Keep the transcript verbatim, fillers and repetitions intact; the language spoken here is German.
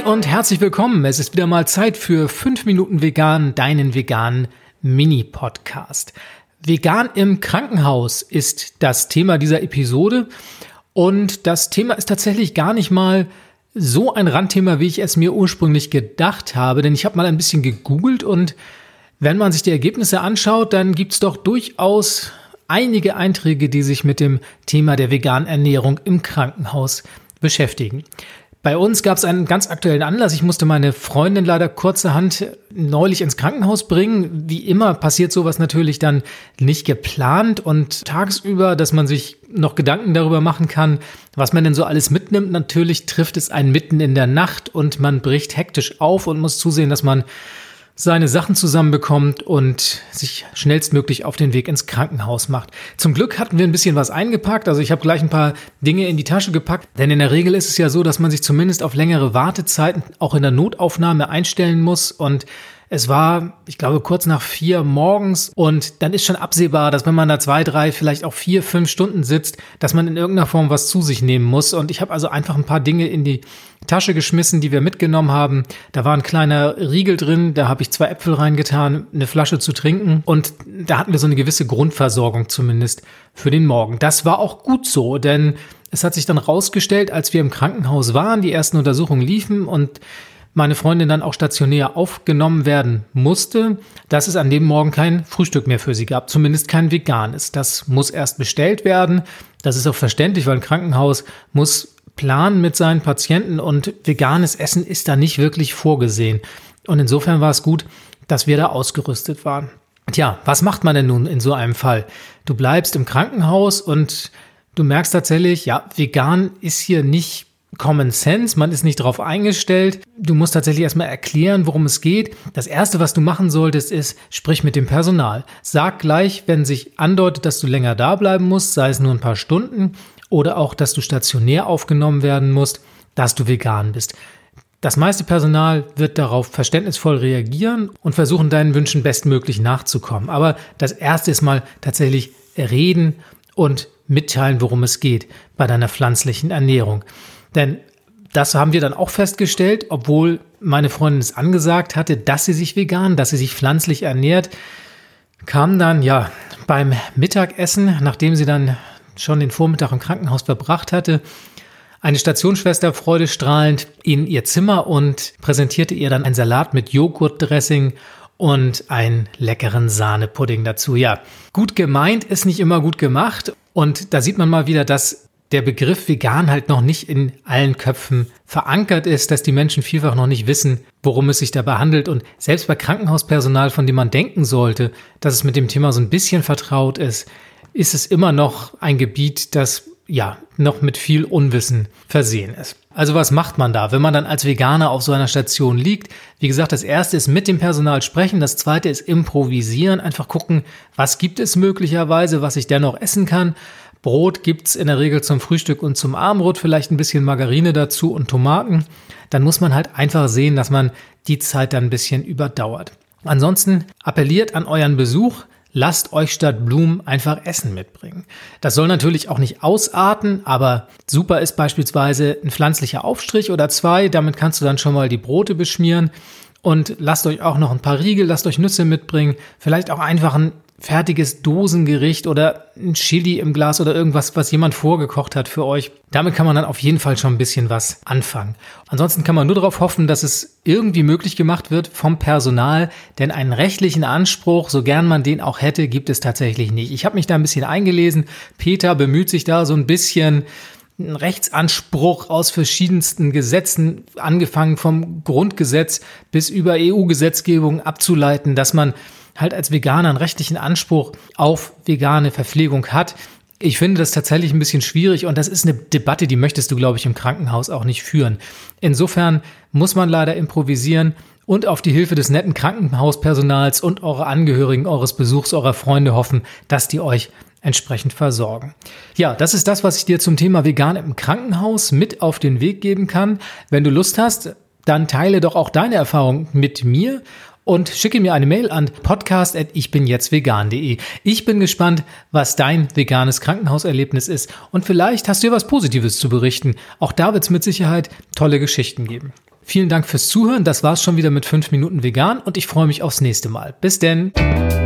und herzlich willkommen. Es ist wieder mal Zeit für fünf Minuten Vegan, deinen veganen Mini-Podcast. Vegan im Krankenhaus ist das Thema dieser Episode und das Thema ist tatsächlich gar nicht mal so ein Randthema, wie ich es mir ursprünglich gedacht habe, denn ich habe mal ein bisschen gegoogelt und wenn man sich die Ergebnisse anschaut, dann gibt es doch durchaus einige Einträge, die sich mit dem Thema der veganen Ernährung im Krankenhaus beschäftigen. Bei uns gab es einen ganz aktuellen Anlass. Ich musste meine Freundin leider kurzerhand neulich ins Krankenhaus bringen. Wie immer passiert sowas natürlich dann nicht geplant und tagsüber, dass man sich noch Gedanken darüber machen kann, was man denn so alles mitnimmt. Natürlich trifft es einen mitten in der Nacht und man bricht hektisch auf und muss zusehen, dass man seine Sachen zusammenbekommt und sich schnellstmöglich auf den Weg ins Krankenhaus macht. Zum Glück hatten wir ein bisschen was eingepackt, also ich habe gleich ein paar Dinge in die Tasche gepackt, denn in der Regel ist es ja so, dass man sich zumindest auf längere Wartezeiten auch in der Notaufnahme einstellen muss und es war, ich glaube, kurz nach vier morgens und dann ist schon absehbar, dass wenn man da zwei, drei, vielleicht auch vier, fünf Stunden sitzt, dass man in irgendeiner Form was zu sich nehmen muss. Und ich habe also einfach ein paar Dinge in die Tasche geschmissen, die wir mitgenommen haben. Da war ein kleiner Riegel drin, da habe ich zwei Äpfel reingetan, eine Flasche zu trinken und da hatten wir so eine gewisse Grundversorgung zumindest für den Morgen. Das war auch gut so, denn es hat sich dann rausgestellt, als wir im Krankenhaus waren, die ersten Untersuchungen liefen und meine Freundin dann auch stationär aufgenommen werden musste, dass es an dem Morgen kein Frühstück mehr für sie gab, zumindest kein veganes. Das muss erst bestellt werden. Das ist auch verständlich, weil ein Krankenhaus muss planen mit seinen Patienten und veganes Essen ist da nicht wirklich vorgesehen. Und insofern war es gut, dass wir da ausgerüstet waren. Tja, was macht man denn nun in so einem Fall? Du bleibst im Krankenhaus und du merkst tatsächlich, ja, vegan ist hier nicht Common Sense, man ist nicht darauf eingestellt. Du musst tatsächlich erstmal erklären, worum es geht. Das Erste, was du machen solltest, ist, sprich mit dem Personal. Sag gleich, wenn sich andeutet, dass du länger da bleiben musst, sei es nur ein paar Stunden oder auch, dass du stationär aufgenommen werden musst, dass du vegan bist. Das meiste Personal wird darauf verständnisvoll reagieren und versuchen, deinen Wünschen bestmöglich nachzukommen. Aber das Erste ist mal tatsächlich reden und mitteilen, worum es geht bei deiner pflanzlichen Ernährung. Denn das haben wir dann auch festgestellt, obwohl meine Freundin es angesagt hatte, dass sie sich vegan, dass sie sich pflanzlich ernährt, kam dann ja beim Mittagessen, nachdem sie dann schon den Vormittag im Krankenhaus verbracht hatte, eine Stationsschwester freudestrahlend in ihr Zimmer und präsentierte ihr dann einen Salat mit Joghurtdressing und einen leckeren Sahnepudding dazu. Ja, gut gemeint ist nicht immer gut gemacht und da sieht man mal wieder, dass der Begriff vegan halt noch nicht in allen Köpfen verankert ist, dass die Menschen vielfach noch nicht wissen, worum es sich dabei handelt. Und selbst bei Krankenhauspersonal, von dem man denken sollte, dass es mit dem Thema so ein bisschen vertraut ist, ist es immer noch ein Gebiet, das ja noch mit viel Unwissen versehen ist. Also was macht man da, wenn man dann als Veganer auf so einer Station liegt? Wie gesagt, das Erste ist mit dem Personal sprechen, das Zweite ist improvisieren, einfach gucken, was gibt es möglicherweise, was ich dennoch essen kann. Brot gibt's in der Regel zum Frühstück und zum Abendbrot, vielleicht ein bisschen Margarine dazu und Tomaten. Dann muss man halt einfach sehen, dass man die Zeit dann ein bisschen überdauert. Ansonsten appelliert an euren Besuch, lasst euch statt Blumen einfach Essen mitbringen. Das soll natürlich auch nicht ausarten, aber super ist beispielsweise ein pflanzlicher Aufstrich oder zwei. Damit kannst du dann schon mal die Brote beschmieren und lasst euch auch noch ein paar Riegel, lasst euch Nüsse mitbringen, vielleicht auch einfach ein fertiges Dosengericht oder ein Chili im Glas oder irgendwas, was jemand vorgekocht hat für euch. Damit kann man dann auf jeden Fall schon ein bisschen was anfangen. Ansonsten kann man nur darauf hoffen, dass es irgendwie möglich gemacht wird vom Personal, denn einen rechtlichen Anspruch, so gern man den auch hätte, gibt es tatsächlich nicht. Ich habe mich da ein bisschen eingelesen. Peter bemüht sich da so ein bisschen einen Rechtsanspruch aus verschiedensten Gesetzen, angefangen vom Grundgesetz bis über E U-Gesetzgebung abzuleiten, dass man halt als Veganer einen rechtlichen Anspruch auf vegane Verpflegung hat. Ich finde das tatsächlich ein bisschen schwierig und das ist eine Debatte, die möchtest du, glaube ich, im Krankenhaus auch nicht führen. Insofern muss man leider improvisieren und auf die Hilfe des netten Krankenhauspersonals und eurer Angehörigen, eures Besuchs, eurer Freunde hoffen, dass die euch entsprechend versorgen. Ja, das ist das, was ich dir zum Thema Vegan im Krankenhaus mit auf den Weg geben kann. Wenn du Lust hast, dann teile doch auch deine Erfahrung mit mir und schicke mir eine Mail an podcast at ichbinjetztvegan punkt de. Ich bin gespannt, was dein veganes Krankenhauserlebnis ist und vielleicht hast du dir was Positives zu berichten. Auch da wird es mit Sicherheit tolle Geschichten geben. Vielen Dank fürs Zuhören. Das war's schon wieder mit fünf Minuten vegan und ich freue mich aufs nächste Mal. Bis denn.